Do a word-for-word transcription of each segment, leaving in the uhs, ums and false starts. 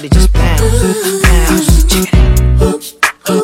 Everybody just bounce, bounce, check it out.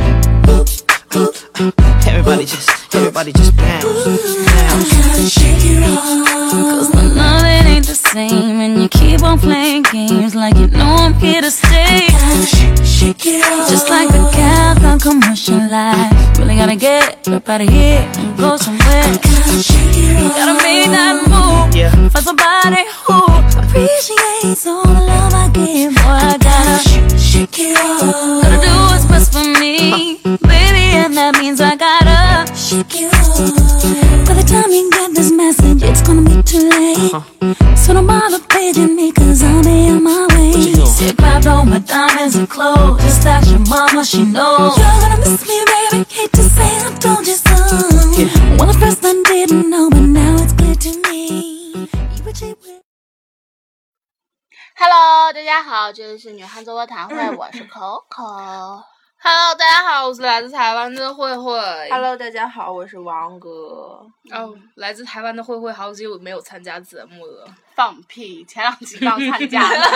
Everybody just, everybody just bounce, bounce. Gotta shake it off, cause my love it ain't the same, and you keep on playing games like you know I'm here to stay. Gotta shake, shake it off, just like the Capcom commercial light. Really gotta get up out of here and go somewhere. Gotta shake it off, gotta make that move, yeah. Find somebody who appreciates all the love I give. Boy, I gotta shake, shake it off, gotta do what's best for me, baby, and that means I gotta shake it off. By the time you get this message, it's gonna be too late. Uh-huh. So don't bother paging me, cause I'll be on my way. See, I grabbed all my diamonds and clothes, just ask your mama, she knows. You're gonna miss me, baby, hate to say I told you so. Yeah. Well, at first I didn't know, but now it's clear to me. You were cheap with Hello， 大家好，这里是女汉子卧谈会，我是 Coco。 Hello， 大家好，我是来自台湾的慧慧。 Hello， 大家好，我是王哥。 哦，来自台湾的慧慧好久没有参加节目了。 放屁！前两集刚参加的。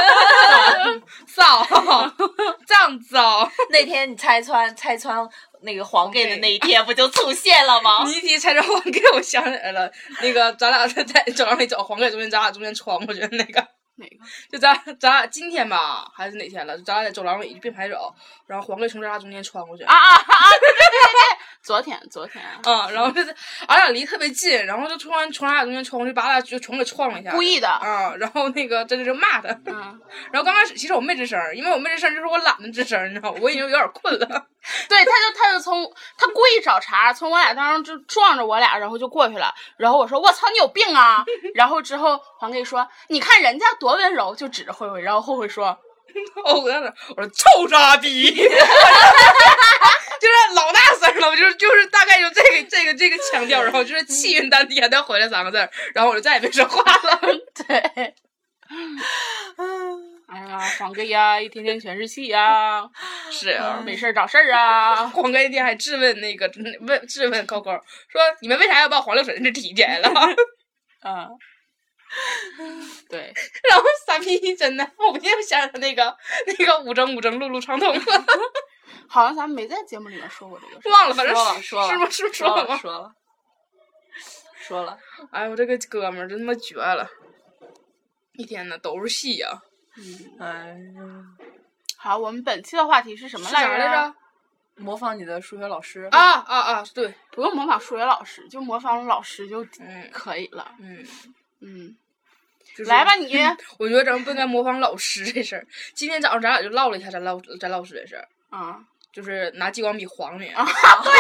骚，这样子哦。 那天你拆穿拆穿那个黄 gay 的那一天，不就出现了吗？ 你一提拆穿黄 gay， 我想起来了，那个咱俩在在走廊里走，黄 gay 中间，咱俩中间穿过去的那个。 哪个？ 就咱咱俩今天吧，还是哪天了？咱俩在走廊里并排走，然后黄 gay 从咱俩中间穿过去。 啊啊啊！对对对对，昨天昨天。 嗯，然后就是俺俩离特别近，然后就突然从俺俩中间穿过去，把俺俩就床给撞了一下。 故意的。 啊、嗯，然后那个真的就骂他。 嗯。 然后刚开始其实我没吱声，因为我没吱声就是我懒得吱声，你知道吗？我已经有点困了。 对，他就他就从他故意找茬，从我俩当中就撞着我俩，然后就过去了。然后我说我操，你有病啊！然后之后黄 gay 说，你看人家多温柔，就指着慧慧，然后慧慧说， 哦，我在那，我说臭傻逼，就是老大声了，我就是就是大概就这个这个这个腔调，然后就是气韵丹田的回来三个字，然后我就再也没说话了。 对。哎呀，黄哥呀，一天天全是气呀！ 是啊， 没事找事儿啊。 黄哥一天还质问那个问质问 Coco 说：“你们为啥要把黄六婶这提起来了？” 嗯，对。 然后傻逼真的，我不禁想起那个那个五征五征路路长通了。 好像咱们没在节目里面说过这个事。 忘了，反正说了说了， 是吗？是不是说了吗？ 说了，说了。 哎呦，我这个哥们儿真他妈绝了！一天呢都是戏呀、啊。 嗯，哎呀， 好，我们本期的话题是什么来着？ 来着？ 模仿你的数学老师啊啊啊！对， 不用模仿数学老师，就模仿老师就可以了。 嗯嗯， 就是、 来吧你。 我觉得咱们不应该模仿老师这事儿。今天早上咱俩就唠了一下咱老咱老师的事儿。 啊、嗯， 就是拿激光笔晃你。 啊，对。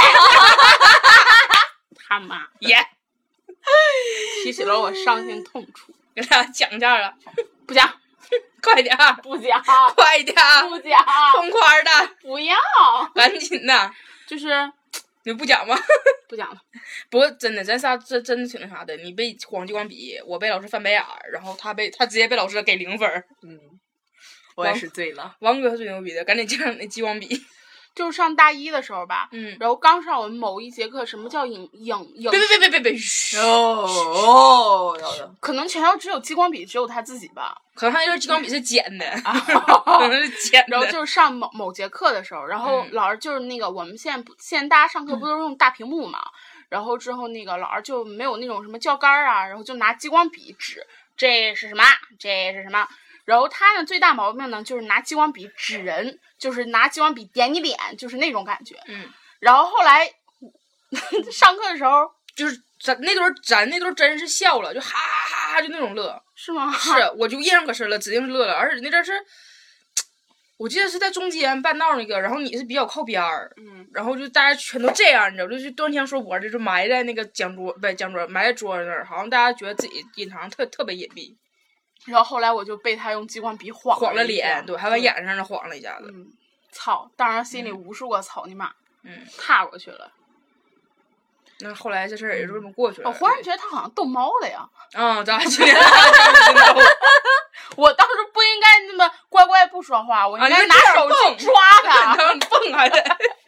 他妈耶！ 提起了我伤心痛处。 给大家讲一下啊。 不讲。 快点， 不讲， 快点， 不讲， 痛快的， 不要， 赶紧的， 就是你不讲吗？ 不讲了。 不过真的，咱仨真真的挺那啥的。你被晃激光笔，我被老师翻白眼儿，然后他被他直接被老师给零分。 嗯，我也是醉了。 王哥是最牛逼的，赶紧讲讲那激光笔。 就是上大一的时候吧， 嗯， 然后刚上我们某一节课，什么叫影影影？ 别别别别别别！嘘哦哦， 可能全校只有激光笔，只有他自己吧。 可能他就是激光笔是剪的，可能是剪的。 然后就是上某某节课的时候，然后老师就是那个我们现在不现在大家上课不都是用大屏幕嘛？嗯、然后之后那个老师就没有那种什么教杆啊，然后就拿激光笔指这是什么，这是什么。然后他呢最大毛病呢就是拿激光笔指人，就是拿激光笔点你脸，就是那种感觉。 嗯。 然后后来上课的时候， 就是咱那段咱那段真是笑了，就哈哈哈就那种乐。 是吗？ 是，我就印象可深了，指定是乐了。而且那阵是，我记得是在中间半道那个，然后你是比较靠边儿， 嗯，然后就大家全都这样，你知道，就是端腔说活，就是埋在那个讲桌，不是讲桌，埋在桌子那儿，好像大家觉得自己隐藏特特别隐蔽。 然后后来我就被他用激光笔晃晃了脸，对，还往眼上那晃了一下子。 嗯，操！当然心里无数个操你妈， 嗯， 踏过去了。 那后来这事儿也就这么过去了。 我忽然觉得他好像逗猫了呀。 啊、嗯，咱俩今天我当时不应该那么乖乖不说话，我应该拿手去抓他。 然后你蹦还得。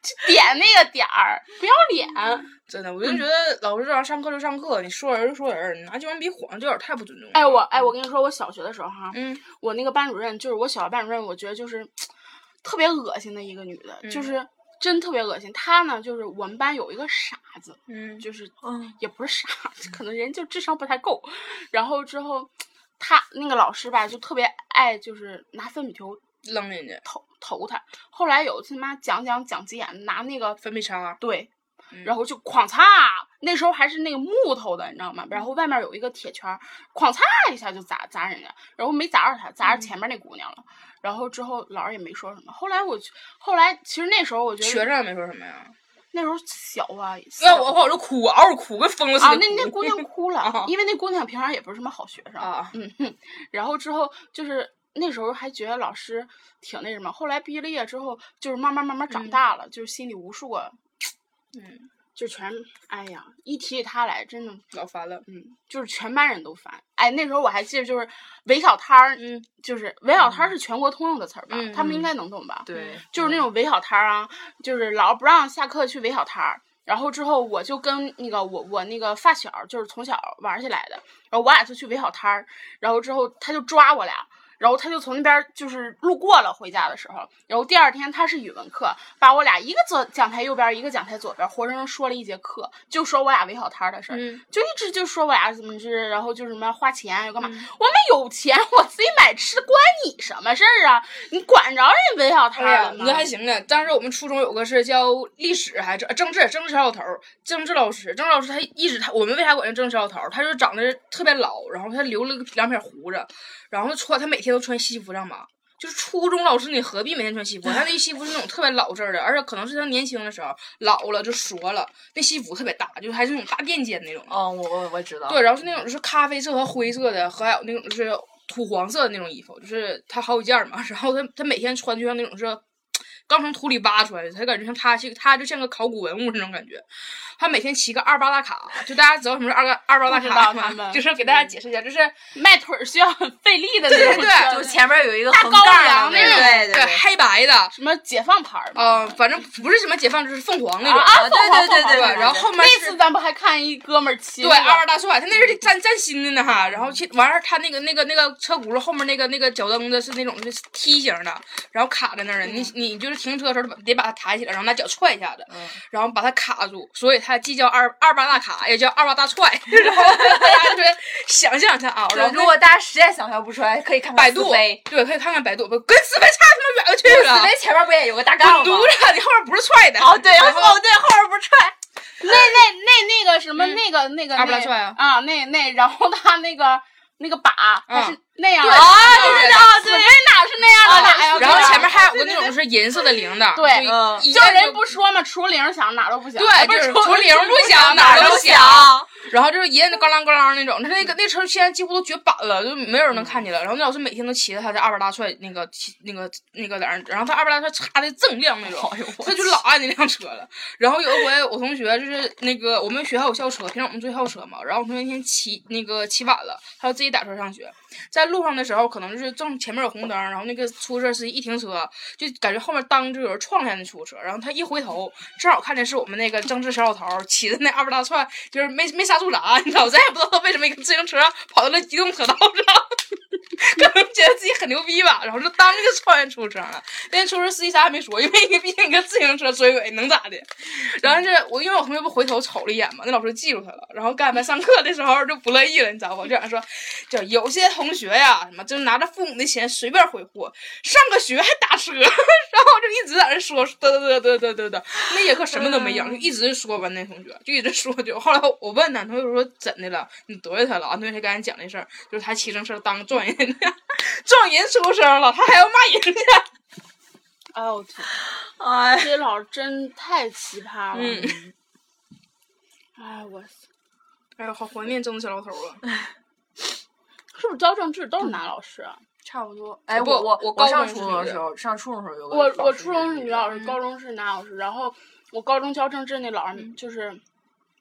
点那个点儿，不要脸。 真的，我就觉得老师让上课就上课，你说人就说人，你拿鸡毛笔晃，这有点太不尊重了。 哎，我哎，我跟你说，我小学的时候哈， 嗯， 我那个班主任就是我小学班主任，我觉得就是特别恶心的一个女的， 嗯、 就是真特别恶心。她呢，就是我们班有一个傻子， 嗯， 就是嗯， 也不是傻子，可能人就智商不太够。然后之后，他那个老师吧，就特别爱就是拿粉笔头扔人家， 投投他。后来有一次妈讲讲讲急眼，拿那个粉笔擦， 对。 嗯、 然后就哐嚓，那时候还是那个木头的，你知道吗？然后外面有一个铁圈，哐嚓一下就砸砸人家，然后没砸着他，砸着前面那姑娘了。嗯、然后之后老师也没说什么。后来我，后来其实那时候我觉得学生也没说什么呀。 那时候小啊， 要我我就哭，嗷哭，跟疯了似的。 啊，那那姑娘哭了， 啊、 因为那姑娘平常也不是什么好学生啊。 嗯哼，然后之后就是那时候还觉得老师挺那什么，后来毕了业之后，就是慢慢慢慢长大了，嗯、就是心里无数个， 嗯。 就全，哎呀，一提起他来，真的老烦了。 嗯，就是全班人都烦。哎，那时候我还记得，就是围小摊儿， 嗯， 就是围小摊儿是全国通用的词儿吧？ 嗯、 他们应该能懂吧？ 对， 就是那种围小摊儿啊，就是老不让下课去围小摊儿。然后之后我就跟那个我我那个发小，就是从小玩起来的，然后我俩就去围小摊儿。然后之后他就抓我俩。然后他就从那边就是路过了回家的时候，然后第二天他是语文课，把我俩一个左讲台右边，一个讲台左边，活生生说了一节课，就说我俩围小摊的事儿， 嗯、 就一直就说我俩怎么是，然后就什么花钱又干嘛、 嗯， 我们有钱我自己买吃，关你什么事儿啊？你管着人家围小摊了吗？ 那还行呢。当时我们初中有个是叫历史还是政治政治小老头，政治老师，政治老师他一直他我们为啥管他政治小老头？他就长得特别老，然后他留了两撇胡子。然后穿他每天都穿西服上班，就是初中老师你何必每天穿西服？他那西服是那种特别老式的，而且可能是他年轻的时候老了就缩了，那西服特别大，就还是那种大垫肩那种。 哦，我我我知道。 对，然后是那种就是咖啡色和灰色的，和还有那种就是土黄色的那种衣服，就是他好几件嘛。然后他他每天穿就像那种是刚从土里挖出来的，他感觉像他他就像个考古文物那种感觉。他每天骑个二八大卡，就大家知道什么是二八二八大卡吗？就是给大家解释一下，就是迈腿需要很费力的那种， 对对对， 就前面有一个大高粱那种，对对对，黑白的， 什么解放牌儿啊、呃，反正不是什么解放，就是凤凰那种啊， 对对对对对。然后后面那次咱不还看一哥们儿骑对二八大帅，他那是占占新的呢哈。然后完事儿，他那个那个那个车轱辘后面那个那个脚蹬子是那种是梯形的，然后卡在那儿的。你你就是停车的时候得把它抬起来，然后拿脚踹一下子，然后把它卡住，所以它既叫二。二八大卡也叫二八大踹，然后大家就想象一下啊。然后如果大家实在想象不出来，可以看看百度，对，可以看看百度，不跟思维差他妈远了去了。 思维前面不也有个大杠吗？ 滚犊子，你后面不是踹的。 哦，对，哦对，后面不是踹。 那那那那个什么， 嗯、 那个那个二八大踹啊啊，那那然后他那个那个把还是那样啊， 对啊， 对，哪是那样的？哎呀， 然后前面还有个那种是银色的铃铛， 对， 嗯， 就人不说嘛，除铃响哪都不响， 对，就是除铃不响哪都响。然后就是一摁就咣啷咣啷那种，他那个那车现在几乎都绝版了，就没有人能看见了。然后那老师每天都骑着他的二八大踹那个那个那个在那，然后他二八大踹擦的锃亮那种，他就老爱那辆车了。然后有一回我同学就是那个我们学校有校车，平常我们坐校车嘛，然后我同学那天骑那个骑晚了，他就自己打车上学，在路上的时候可能就是正前面有红灯，然后那个出租车司机一停车，就感觉后面当就有人撞下那出租车，然后他一回头，正好看见是我们那个政治小老头骑的那二八大踹，就是没没刹住闸，你知道，咱也不知道他为什么一个自行车跑到了机动车道上，可能觉得自己很牛逼吧，然后就当就撞见出租车了。那出租车司机啥也没说，因为毕竟一个自行车追尾能咋的？然后是我因为我同学不回头瞅了一眼嘛，那老师记住他了，然后刚才上课的时候就不乐意了，你知道不？就想说，就有些同学呀，什么就拿着父母的钱随便挥霍，上个学还打车，然后就一直在那说嘚嘚嘚嘚嘚嘚，那节课什么都没讲，就一直说吧，那同学就一直说，就后来我问他，同学说怎的了？你得罪他了？同学才刚才讲那事儿，就是他骑自行车当撞人家，撞人出声了，他还要骂人家。 哎呦我天！ 哎， 这些老师真太奇葩了。 嗯。 哎我， 哎呦，好怀念政治小老头啊！ 是不是教政治都是男老师啊？ 差不多。哎， 不我我我我上初中的时候，上初中的时候有个我我初中是女老师， 嗯、 高中是男老师。然后我高中教政治那老师就是，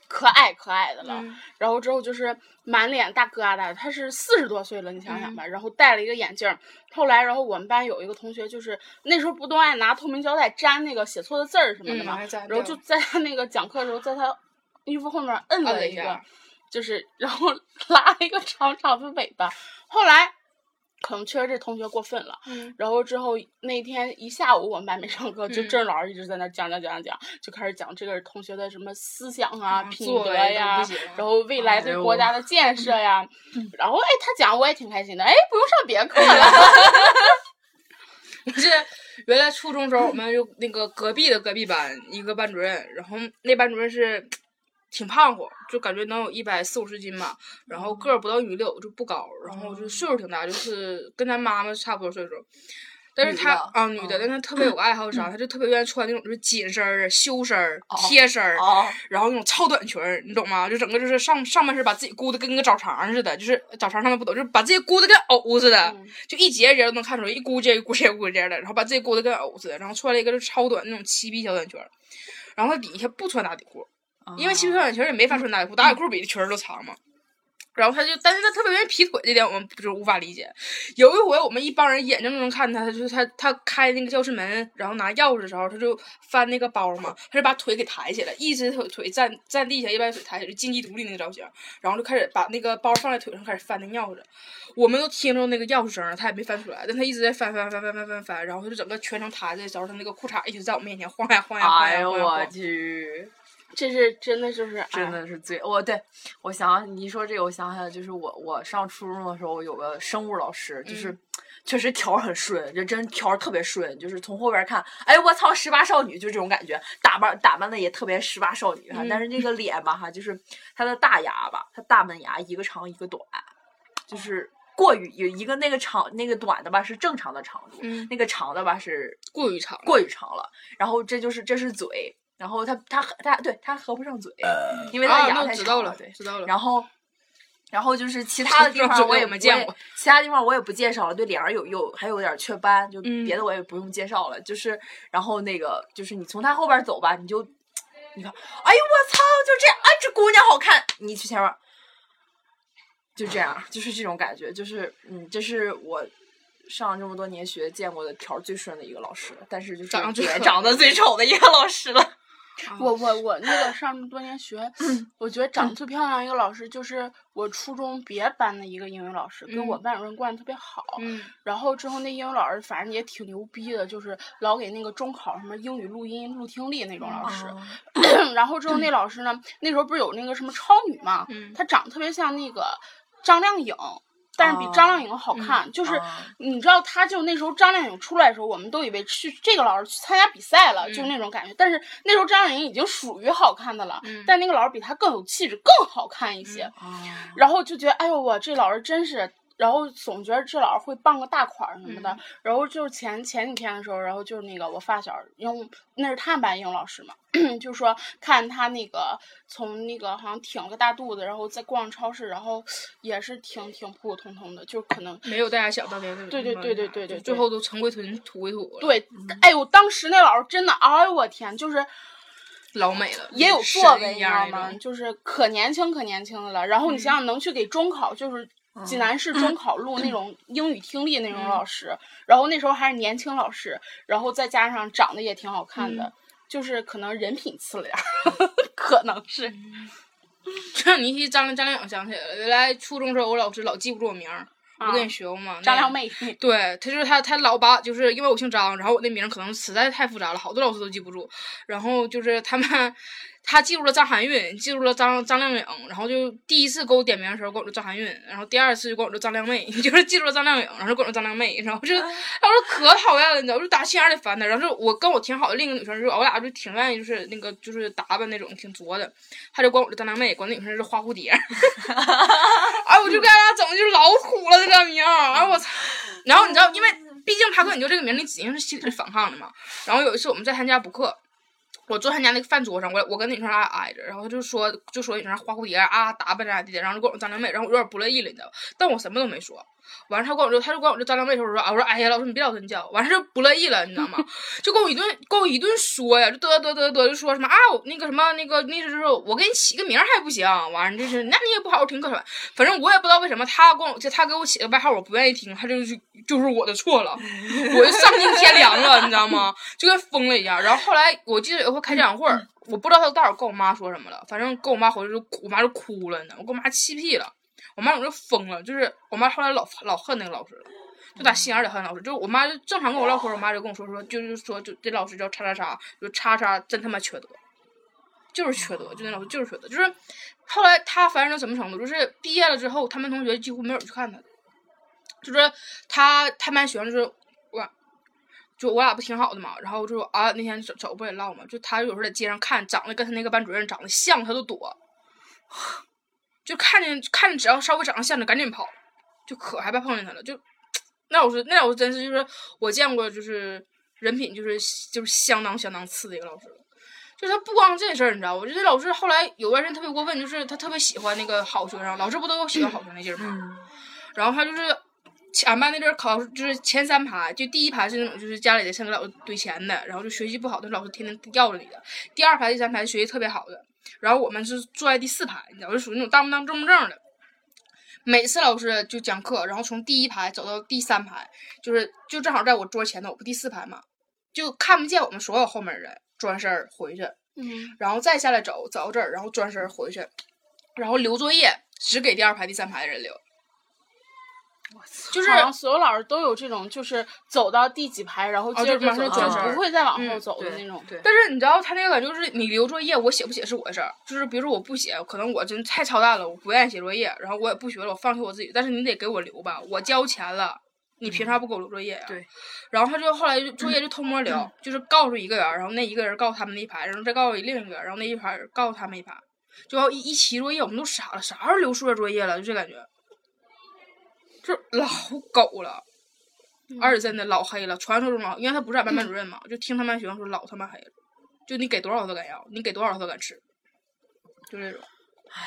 可矮可矮的了， 嗯、 然后之后就是满脸大疙瘩，他是四十多岁了，你想想吧，嗯、然后戴了一个眼镜。后来，然后我们班有一个同学，就是那时候不都爱拿透明胶带粘那个写错的字儿什么的嘛， 嗯、 然后就在他那个讲课的时候，在他衣服后面摁了一个，就是然后拉了一个长长的尾巴。后来。可能确实这同学过分了， 嗯、 然后之后那天一下午我们班没上课，就郑老师一直在那讲讲讲讲，就开始讲这个同学的什么思想啊、 嗯、 品德呀，然后未来对国家的建设呀，哎、然后哎他讲我也挺开心的，哎不用上别的课了。 是原来初中时候我们就那个隔壁的隔壁班一个班主任，然后那班主任是。挺胖乎，就感觉能有一百四五十斤吧，然后个儿不到一米六，就不高，然后就岁数挺大，就是跟咱妈妈差不多岁数。但是她啊，女的，但她特别有个爱好是啥？她就特别愿意穿那种就是紧身儿、修身儿、贴身儿，然后那种超短裙儿，你懂吗？就整个就是上上半身把自己箍得跟个早肠似的，就是早肠他们不懂，就是把自己箍得跟藕似的，就一节一节都能看出来，一箍节一箍节一箍节的，然后把自己箍得跟藕似的，然后穿了一个就超短那种齐臂小短裙儿，然后她底下不穿打底裤。因为齐臂小短裙也没法穿打底裤，打底裤比裙儿都长嘛。然后他就，但是他特别愿意劈腿，这点我们就是无法理解。有一回我们一帮人眼睁睁看他，他就是他他开那个教室门，然后拿钥匙的时候，他就翻那个包嘛，他就把腿给抬起来，一只腿腿站站地下，一把腿抬起来，金鸡独立那个造型，然后就开始把那个包放在腿上，开始翻那钥匙。我们都听着那个钥匙声，他也没翻出来，但他一直在翻翻翻翻翻翻翻，然后他就整个全程抬着的时候，他那个裤衩一直在我面前晃呀晃呀晃呀。 哎呦我去！ 这是真的，就是真的是最我对我想你一说这个，我想想就是我我上初中的时候有个生物老师，就是、嗯、确实条很顺，就真条特别顺，就是从后边看，哎我操十八少女就这种感觉，打扮打扮的也特别十八少女哈、嗯，但是这个脸吧哈，就是她的大牙吧，她大门牙一个长一个短，就是过于有一个那个长那个短的吧是正常的长度， 嗯、 那个长的吧是过于长过于长了，然后这就是这是嘴。然后他他他对他合不上嘴，因为他牙太长了。 啊、对，知道了。 然后，然后就是其他的地方我也没见过， 其他地方我也不介绍了。对脸上有有还有点雀斑，就别的我也不用介绍了。嗯、就是，然后那个就是你从他后边走吧，你就你看，哎呦我操，就这样，哎这姑娘好看，你去前面，就这样，就是这种感觉，就是嗯，这是我。上这么多年学见过的条最顺的一个老师，但是就是脸长得最丑的一个老师了。 我我我那个上这么多年学，我觉得长得最漂亮一个老师就是我初中别班的一个英语老师，嗯、跟我班主任关系特别好。 嗯。 然后之后那英语老师反正也挺牛逼的，就是老给那个中考什么英语录音、录听力那种老师。嗯、然后之后那老师呢，那时候不是有那个什么超女嘛？ 嗯。 她长得特别像那个张靓颖。但是比张靓颖好看， 嗯、 就是、嗯、你知道，他就那时候张靓颖出来的时候，我们都以为去这个老师去参加比赛了， 嗯、 就是那种感觉。但是那时候张靓颖已经属于好看的了， 嗯、 但那个老师比他更有气质，更好看一些。 嗯、 然后就觉得，哎呦我这老师真是。然后总觉得这老师会傍个大款什么的， 嗯、 然后就是前前几天的时候，然后就是那个我发小，因为那是他们班英语老师嘛，就说看他那个从那个好像挺了个大肚子，然后在逛超市，然后也是挺挺普普通通的，就可能没有大家想当年那种。 对对对对对对， 最后都尘归尘，土归土了。 对，嗯、哎呦，当时那老师真的，哎呦我天，就是。 老美了， 也有作为，你知道吗？就是可年轻可年轻的了。然后你想想，能去给中考，就是济南市中考录那种英语听力那种老师，嗯、然后那时候还是年轻老师，然后再加上长得也挺好看的， 嗯、 就是可能人品次了点儿，可能是。 这你一提张张靓颖想起来了，原来初中时候我老师老记不住我名儿。我跟你学过吗？ 张靓妹。 对，他就是他，他老把就是因为我姓张，然后我那名可能实在太复杂了，好多老师都记不住。然后就是他们，他记住了张含韵，记住了张张靓颖，然后就第一次给我点名的时候管我叫张含韵，然后第二次就管我叫张靓妹，就是记住了张靓颖，然后就管我叫张靓妹，然后就他说可讨厌了，你知道，就打心眼里烦他。然后就我跟我挺好的另一个女生，就我俩就挺愿意就是那个就是打扮那种挺作的，他就管我叫张靓妹，管那女生是花蝴蝶。哎，我就跟他整的就是老土了这个名儿，哎我操！然后你知道，因为毕竟他跟你就这个名，你指定是心里是反抗的嘛。然后有一次我们在他家补课，我坐他家那个饭桌上，我我跟那女生俩挨着，然后他就说就说女生花蝴蝶啊打扮咋地的，然后就跟我张靓妹，然后我有点不乐意了，你知道，但我什么都没说。 完了他管我就他就管我这张良背手说啊，我说哎呀老师你别老真叫，完了就不乐意了，你知道吗？就跟我一顿跟我一顿说呀，就嘚嘚嘚嘚就说什么啊那个什么那个那时候我给你起个名还不行，完了就是那你也不好好听课程，反正我也不知道为什么他管我就他给我起个外号我不愿意听，他就是就是我的错了，我就丧尽天良了，你知道吗？就跟疯了一样。然后后来我记得有一回开家长会，我不知道他到底跟我妈说什么了，反正跟我妈回去就我妈就哭了，你知道吗？我跟我妈气屁了。我妈我就疯了，就是我妈后来老老恨那个老师了，就打心眼里恨老师。就是我妈就正常跟我唠嗑，我妈就跟我说说，就是说就这老师叫叉叉叉，就叉叉真他妈缺德，就是缺德，就那老师就是缺德。就是后来他反正到什么程度，就是毕业了之后，他们同学几乎没有人去看他，就是他他们班学生就是我。就我俩不挺好的嘛，然后就啊那天走走不也唠嘛，就他有时候在街上看长得跟他那个班主任长得像，他都躲。就看见看见只要稍微长得像的赶紧跑，就可害怕碰见他了。就那老师那老师真是就是我见过就是人品就是就是相当相当次的一个老师了。就是他不光这事儿你知道，我觉得老师后来有段时间特别过分，就是他特别喜欢那个好学生，老师不都有喜欢好学生那劲儿吗？嗯、然后他就是俺班那阵考就是前三排，就第一排是那种就是家里得先给老师堆钱的，然后就学习不好的老师天天吊着你的。第二排第三排学习特别好的。然后我们是坐在第四排，你知道，就属于那种当不当正不正的。每次老师就讲课，然后从第一排走到第三排，就是就正好在我桌前头，我不第四排嘛，就看不见我们所有后面的人，转身回去， 嗯， 然后再下来走，走到这儿，然后转身回去，然后留作业只给第二排、第三排的人留。就是好像所有老师都有这种，就是走到第几排，然后接着马上转身， 不会再往后走的那种。 对。但是你知道他那个感觉就是你留作业，我写不写是我的事儿。就是比如说我不写，可能我真太操蛋了，我不愿意写作业，然后我也不学了，我放弃我自己。但是你得给我留吧，我交钱了，你凭啥不给我留作业呀？ 对。 然后他就后来就作业就偷摸留，就是告诉一个人，然后那一个人告诉他们那一排，然后再告诉另一个，然后那一排告诉他们一排，就要一一齐作业，我们都傻了，啥时候留数学作业了？就这感觉。就老狗了，而且真的老黑了，传说中老，因为他不是俺班班主任嘛，就听他们班学生说老他妈黑了，就你给多少他都敢要，你给多少他都敢吃，就这种。 唉，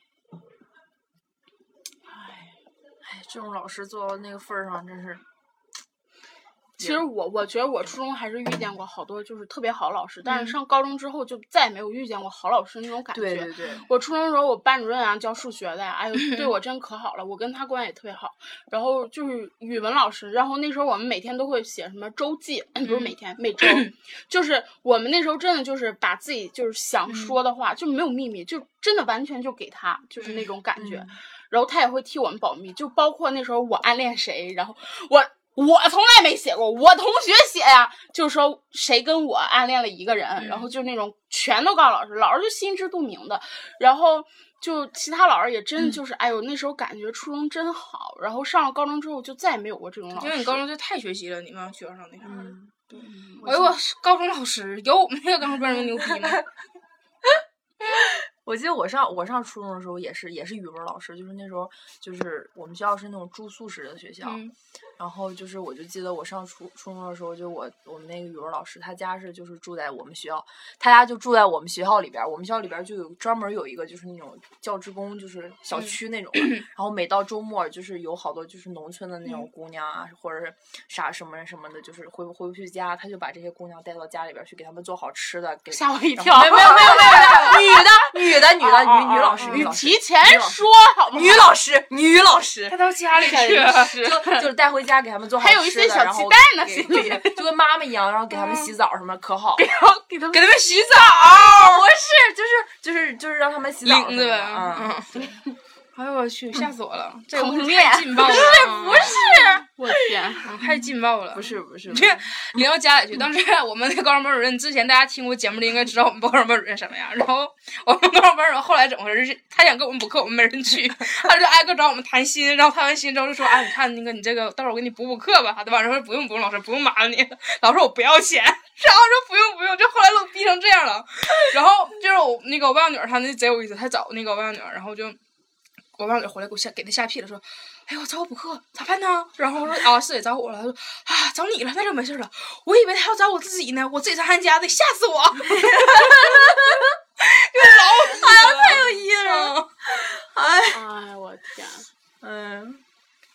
唉，唉，这种老师做到那个份儿上，真是。 其实我我觉得我初中还是遇见过好多就是特别好老师，但是上高中之后就再也没有遇见过好老师那种感觉。 对对对。 我初中的时候，我班主任啊教数学的呀，哎呦对我真可好了，我跟他关系也特别好。然后就是语文老师，然后那时候我们每天都会写什么周记，不是每天每周，就是我们那时候真的就是把自己就是想说的话、嗯、就没有秘密，就真的完全就给他，就是那种感觉。嗯、然后他也会替我们保密，就包括那时候我暗恋谁，然后我。我从来没写过，我同学写呀，就是说谁跟我暗恋了一个人，嗯、然后就那种全都告诉老师，老师就心知肚明的。然后就其他老师也真的就是，嗯、哎呦，那时候感觉初中真好。然后上了高中之后，就再也没有过这种老师。 因为你高中就太学习了，你们学生那啥。 嗯，对。 哎呦，我高中老师有我们那个高中班人牛逼吗？ 我记得我上我上初中的时候也是也是语文老师，就是那时候就是我们学校是那种住宿式的学校， 嗯、 然后就是我就记得我上初初中的时候，就我我们那个语文老师他家是就是住在我们学校，他家就住在我们学校里边，我们学校里边就有专门有一个就是那种教职工就是小区那种，嗯、然后每到周末就是有好多就是农村的那种姑娘啊，嗯、或者是啥什么什么的，就是回回不去家，他就把这些姑娘带到家里边去给他们做好吃的，给吓我一跳， 没有没有没有没有女的女。女的女的女女老师， 你提前说好吗？ 女老师，女老师， 她到家里去， 就就是带回家给他们做好吃的， 还有一些小鸡蛋呢， 对，就跟妈妈一样，然后给他们洗澡什么可好， 给给他们给他们洗澡， 不是，就是就是就是让他们洗澡， 对吧？ 嗯。哎呦我去，吓死我了！这个太劲爆了， 不是，我天， 太劲爆了！ 不是不是， 这领到家里去。当时我们那个高中班主任，之前大家听过节目的应该知道我们高中班主任什么样。然后我们高中班主任后来怎么回事？是他想给我们补课，我们没人去，他就挨个找我们谈心。然后谈完心之后就说：“哎，你看那个你这个，到时候我给你补补课吧。”他晚上说：“不用不用，老师不用麻烦你。”老师说：“我不要钱。”然后说：“不用不用。”就后来都逼成这样了。然后就是我那个我外甥女儿，她那贼有意思，她找那个我外甥女儿，然后就。我外甥女回来给我吓给他吓屁了，说：“哎呦，找我补课咋办呢？”然后我说：“啊，是得找我了。”他说：“啊，找你了，那就没事了。我以为他要找我自己呢，我自己上他家得吓死我。”就老哎呀，太有意思了！哎哎，我天， 嗯，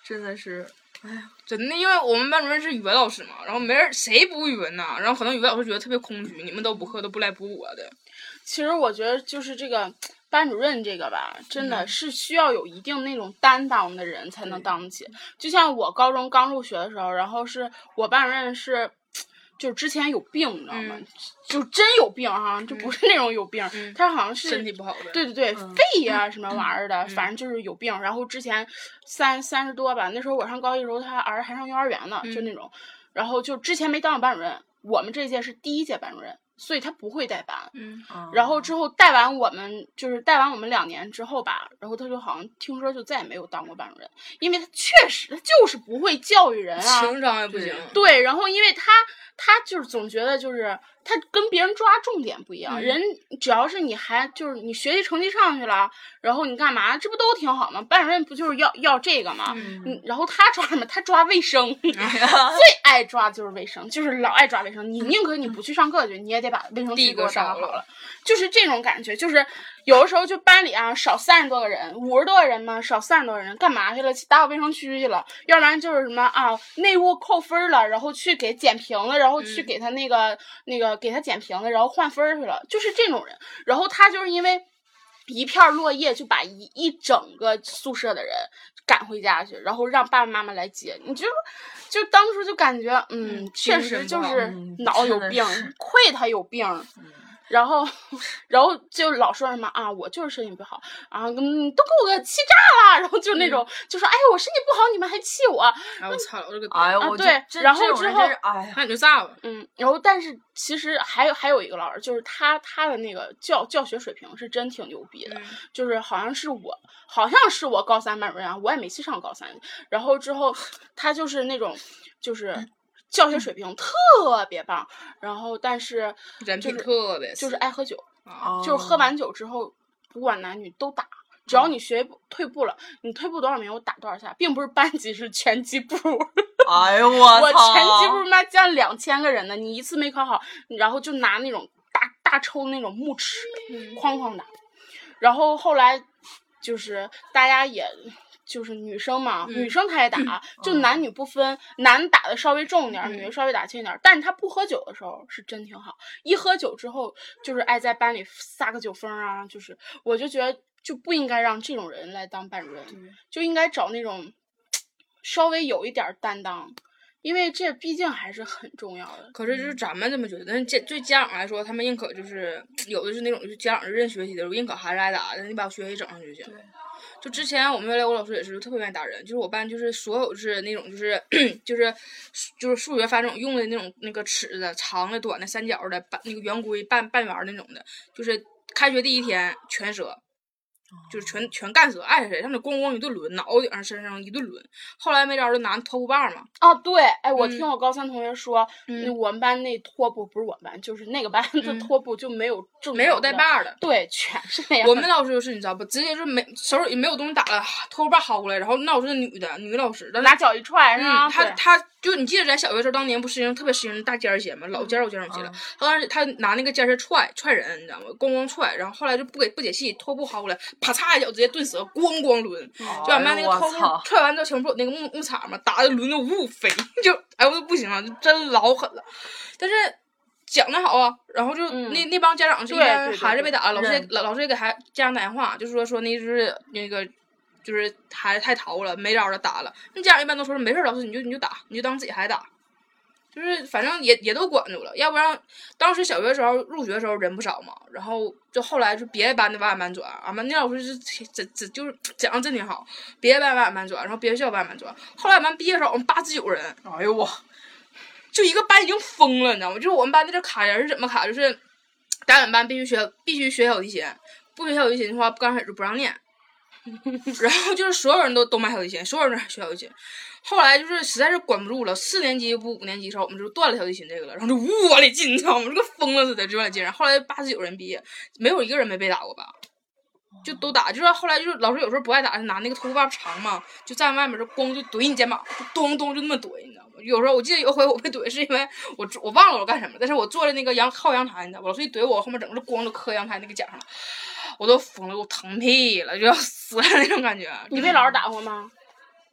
真的是，哎呀， 真的，因为我们班主任是语文老师嘛，然后没人谁不语文呐，然后可能语文老师觉得特别空虚，你们都补课都不来补我的。 其实我觉得就是这个班主任这个吧，真的是需要有一定那种担当的人才能当得起。就像我高中刚入学的时候，然后是我班主任是。就之前有病，你知道吗？嗯、就真有病哈、啊，就不是那种有病，嗯、他好像是身体不好的。 对对对，嗯、肺呀、啊、什么玩意儿的， 嗯、 反正就是有病。然后之前三三十多吧，那时候我上高一的时候，他儿还上幼儿园呢， 嗯、 就那种。然后就之前没当上班主任，我们这届是第一届班主任，所以他不会带班。 嗯。 然后之后带完我们就是带完我们两年之后吧，然后他就好像听说就再也没有当过班主任，因为他确实他就是不会教育人啊， 情商也不行。 对，然后因为他。他就是总觉得就是他跟别人抓重点不一样，嗯、人只要是你还就是你学习成绩上去了，然后你干嘛，这不都挺好吗？班主任不就是要要这个吗？嗯，然后他抓什么？他抓卫生，最爱抓就是卫生，就是老爱抓卫生。你宁可你不去上课去，你也得把卫生区给我打好了。就是这种感觉，就是有的时候就班里啊少三十多个人，五十多个人嘛，少三十多个人干嘛去了？打扫卫生区去了，要不然就是什么啊内务扣分了，然后去给捡瓶子，然后去给他那个、嗯、那个给他捡瓶子，然后换分去了，就是这种人。然后他就是因为一片落叶就把一一整个宿舍的人赶回家去，然后让爸爸妈妈来接。你就就当初就感觉嗯，嗯确实就是脑有病， 嗯、 亏他有病。嗯然后，然后就老说什么啊，我就是身体不好啊，嗯，都给我气炸了。然后就那种，嗯、就说哎呀，我身体不好，你们还气我。 哎我操，我这个哎呀， 啊对，然后之后哎呀， 那你就炸了。 嗯，然后但是其实还有还有一个老师，就是他他的那个教教学水平是真挺牛逼的，嗯、就是好像是我好像是我高三班主任，我也没去上高三。然后之后他就是那种就是。嗯教学水平特别棒，然后但是人品特别就是爱喝酒， 哦、 就是喝完酒之后不管男女都打，只要你学退步了，你退步多少名我打多少下，并不是班级是全级部。 哎呦我我全级部妈将两千个人呢，你一次没考好，然后就拿那种大大抽那种木尺， 嗯、 哐哐打，然后后来就是大家也。就是女生嘛， 嗯、 女生她也打，嗯、就男女不分，嗯、男打的稍微重点，嗯、女的稍微打轻点。但是他不喝酒的时候是真挺好，一喝酒之后就是爱在班里撒个酒疯啊，就是我就觉得就不应该让这种人来当班主任， 嗯、 就应该找那种稍微有一点担当。因为这毕竟还是很重要的。 可是就是咱们这么觉得，但是家对家长来说，他们认可就是有的是那种就是家长是认学习的，认可孩子挨打的，你把我学习整上就行。 对。 就之前我们原来我老师也是特别愿意打人，就是我班就是所有是那种就是就是就是数学反正用的那种那个尺子，长的、短的、三角的、半那个圆规、半半圆那种的，就是开学第一天全折。就是全全干死，爱谁上那咣咣一顿抡，脑袋顶上身上一顿抡。后来没招就拿拖布棒嘛。 啊，对，哎，我听我高三同学说， 嗯、 那我们班那拖布不是我们班，就是那个班的拖布就没有正、 嗯、没有带把的， 对，全是那样。 我们老师就是你知道不，直接就是没手里没有东西打了，拖布棒薅过来，然后那老师是女的，女老师拿脚一踹是吧？ 嗯，她她就你记得在小学时候当年不实行特别实行大尖鞋吗？老尖有尖有鞋了，后来他拿那个尖鞋踹踹人，你知道吗？咣咣踹，然后后来就不给不解气，拖布薅过来，啪嚓一脚直接顿死，咣咣抡， 哦、 就俺班那个拖布踹完之后，前面不有那个木木铲嘛，打的抡的呜飞，就哎我都不行了，就真老狠了。但是讲的好啊，然后就、嗯、那那帮家长是因为孩子被打了，老师也老老师也给孩家长打电话，就说说那就是那个。就是孩子太淘了，没招了打了。那家长一般都说没事，老师你就你就打，你就当自己孩子打，就是反正也也都管住了。要不然当时小学的时候入学的时候人不少嘛，然后就后来就别的班的往俺班转，俺班那老师是这这就是讲的真挺好，别的班往俺班转，然后别的学校往俺班转。后来俺班毕业的时候我们八十九人， 哎呦我， 就一个班已经疯了，你知道吗？就是我们班的这卡人是怎么卡？就是咱俺班必须学必须学小提琴，不学小提琴的话刚开始就不让念。然后就是所有人都都买小提琴，所有人学小提琴。后来就是实在是管不住了，四年级不五年级的时候，我们就断了小提琴这个了，然后就呜往里进，你知道吗？就跟疯了似的就往里进。后来八十九人毕业，没有一个人没被打过吧？就都打，就是后来就是老师有时候不爱打，是拿那个拖布棒长嘛，就站外面就咣就怼你肩膀，就咚咚就那么怼，你知道吗？有时候我记得有回我被怼是因为我我忘了我干什么，但是我坐在那个阳靠阳台，你知道吧？老师一怼我，后面整个咣就磕阳台那个角上了。我都疯了，我疼屁了，就要死了那种感觉。 你被老师打过吗？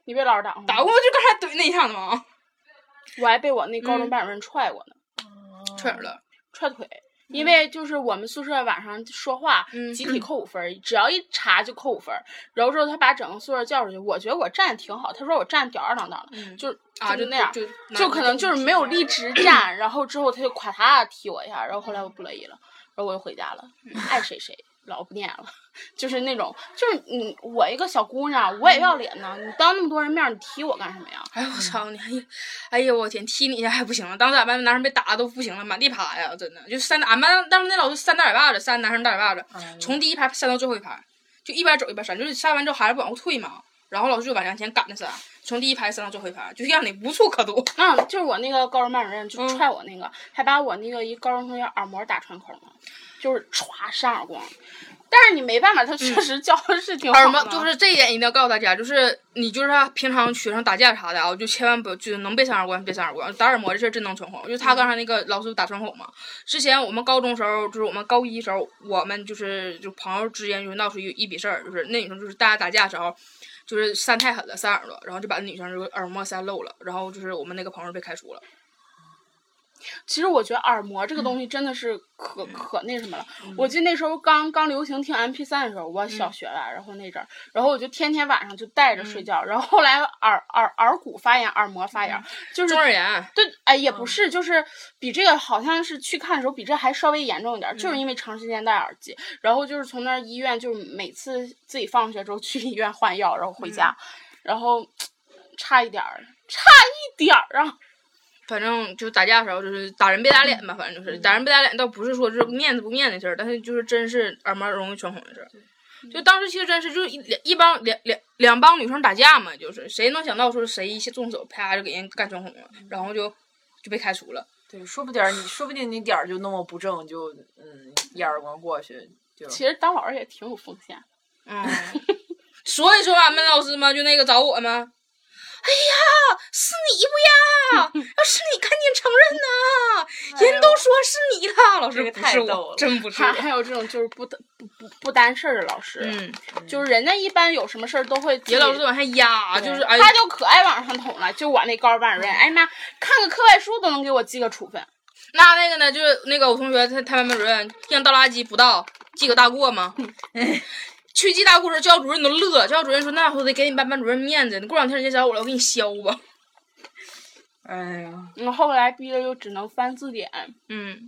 你被老师打过吗？ 打过就刚才怼那一下子嘛。 我还被我那高中班主任踹过呢。 嗯、踹哪了？ 踹腿。因为就是我们宿舍晚上说话， 嗯、 集体扣五分，嗯、只要一查就扣五分。然后之后他把整个宿舍叫出去，我觉得我站的挺好，他说我站吊儿郎当的， 嗯、 就啊就那样， 就就, 就, 就可能就是没有立直站。然后之后他就咵嚓踢我一下，然后后来我不乐意了，然后我就回家了，爱谁谁。老不念了，就是那种，就是你我一个小姑娘，我也要脸呢。你当那么多人面，你踢我干什么呀？ 哎呦我操你！哎呀，哎呀我天，踢你一下还不行了，当时俺班男生被打都不行了，满地爬呀，真的。就三俺班当时那老师三大耳巴子，三男生大耳巴子，从第一排扇到最后一排，就一边走一边扇，就是扇完之后孩子不往后退嘛，然后老师就往前赶着扇，从第一排扇到最后一排，就让你无处可躲。 嗯，就是我那个高中班主任就踹我那个，嗯、还把我那个一高中同学耳膜打穿孔了。就是歘扇耳光，但是你没办法，他确实教的是挺好的。 耳膜就是这一点一定要告诉大家，就是你就是平常学生打架啥的啊，就千万不就是能别扇耳光别扇耳光，打耳膜这事真能穿孔。就他刚才那个老师打穿孔嘛，之前我们高中时候就是我们高一时候，我们就是就朋友之间就闹出一一笔事儿，就是那女生就是大家打架的时候，就是扇太狠了，扇耳朵，然后就把那女生这个耳膜扇漏了，然后就是我们那个朋友被开除了。 其实我觉得耳膜这个东西真的是可、嗯、可那什么了。嗯、我记得那时候刚刚流行听 M P 三 的时候，我小学了，嗯、然后那阵儿，然后我就天天晚上就带着睡觉，嗯、然后后来耳耳耳骨发炎、耳膜发炎，嗯、就是中耳炎。 对，哎，也不是，嗯、就是比这个好像是去看的时候比这还稍微严重一点，嗯、就是因为长时间戴耳机，然后就是从那儿医院，就是每次自己放学之后去医院换药，然后回家，嗯、然后差一点儿，差一点儿啊。 反正就打架的时候，就是打人别打脸吧，反正就是打人别打脸，倒不是说就是面子不面子的事儿，但是就是真是耳膜容易穿孔的事儿。就当时其实真是就是一一帮两两两帮女生打架嘛，就是谁能想到说谁一动手啪就给人干穿孔了，然后就就被开除了。 对，说不点你说不定你点儿就那么不正，就嗯一耳光过去就。 其实当老师也挺有风险。 嗯，所以说俺们老师嘛，就那个找我们。哎呀，是你不呀？要是你赶紧承认呐！哎、人都说是你了，老师不是我，真不是我。 还还有这种就是不不不不担事儿的老师， 嗯， 就是人家一般有什么事儿都会， 别老师往下压，就是哎， 他就可爱往上捅了。就我那高中班主任，哎妈，看个课外书都能给我记个处分。 那那个呢，就是那个我同学他他班班主任让倒垃圾不倒，记个大过吗？嗯去记大过时，教主任都乐。教主任说：“那我得给你班班主任面子，你过两天人家找我了，我给你削吧。” 哎呀， 然后后来逼着又只能翻字典。 嗯。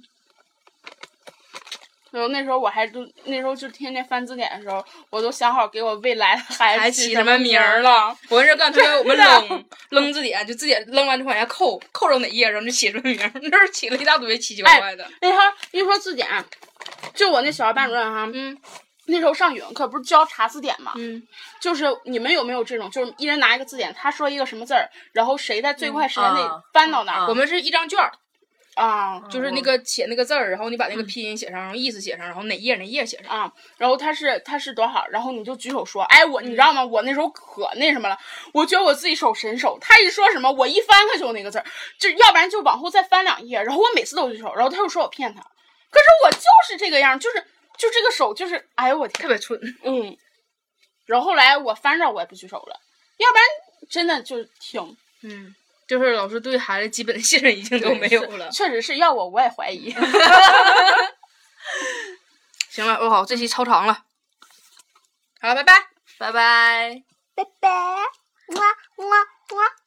然后那时候我还就那时候就天天翻字典的时候，我都想好给我未来的孩子起什么名儿了。我跟这干同学我们扔扔字典，就字典扔完就往下扣，扣到哪页然后就写什么名儿。那时候起了一大堆奇奇怪怪的。 哎、那时候一说字典，就我那小学班主任哈， 嗯。 那时候上语文课不是教查字典吗？ 嗯， 就是你们有没有这种，就是一人拿一个字典，他说一个什么字儿，然后谁在最快时间内翻到那儿？ 嗯啊、我们是一张卷儿啊， 就是那个写那个字儿，然后你把那个拼音写上，然后意思写上，然后哪页哪页写上啊。然后他是他是多少，然后你就举手说，哎，我你知道吗？我那时候可那什么了，我觉得我自己手神手。他一说什么，我一翻开就那个字儿，就要不然就往后再翻两页，然后我每次都举手，然后他又说我骗他，可是我就是这个样，就是。就这个手就是，哎呦我天， 特别蠢。 嗯，然后后来我翻着我也不举手了，要不然真的就是听， 嗯，就是老师对孩子基本的信任已经都没有了。 确实是要我我也怀疑。 行了，哦好，这期超长了，好了，拜拜， 拜拜， 拜拜，么么么。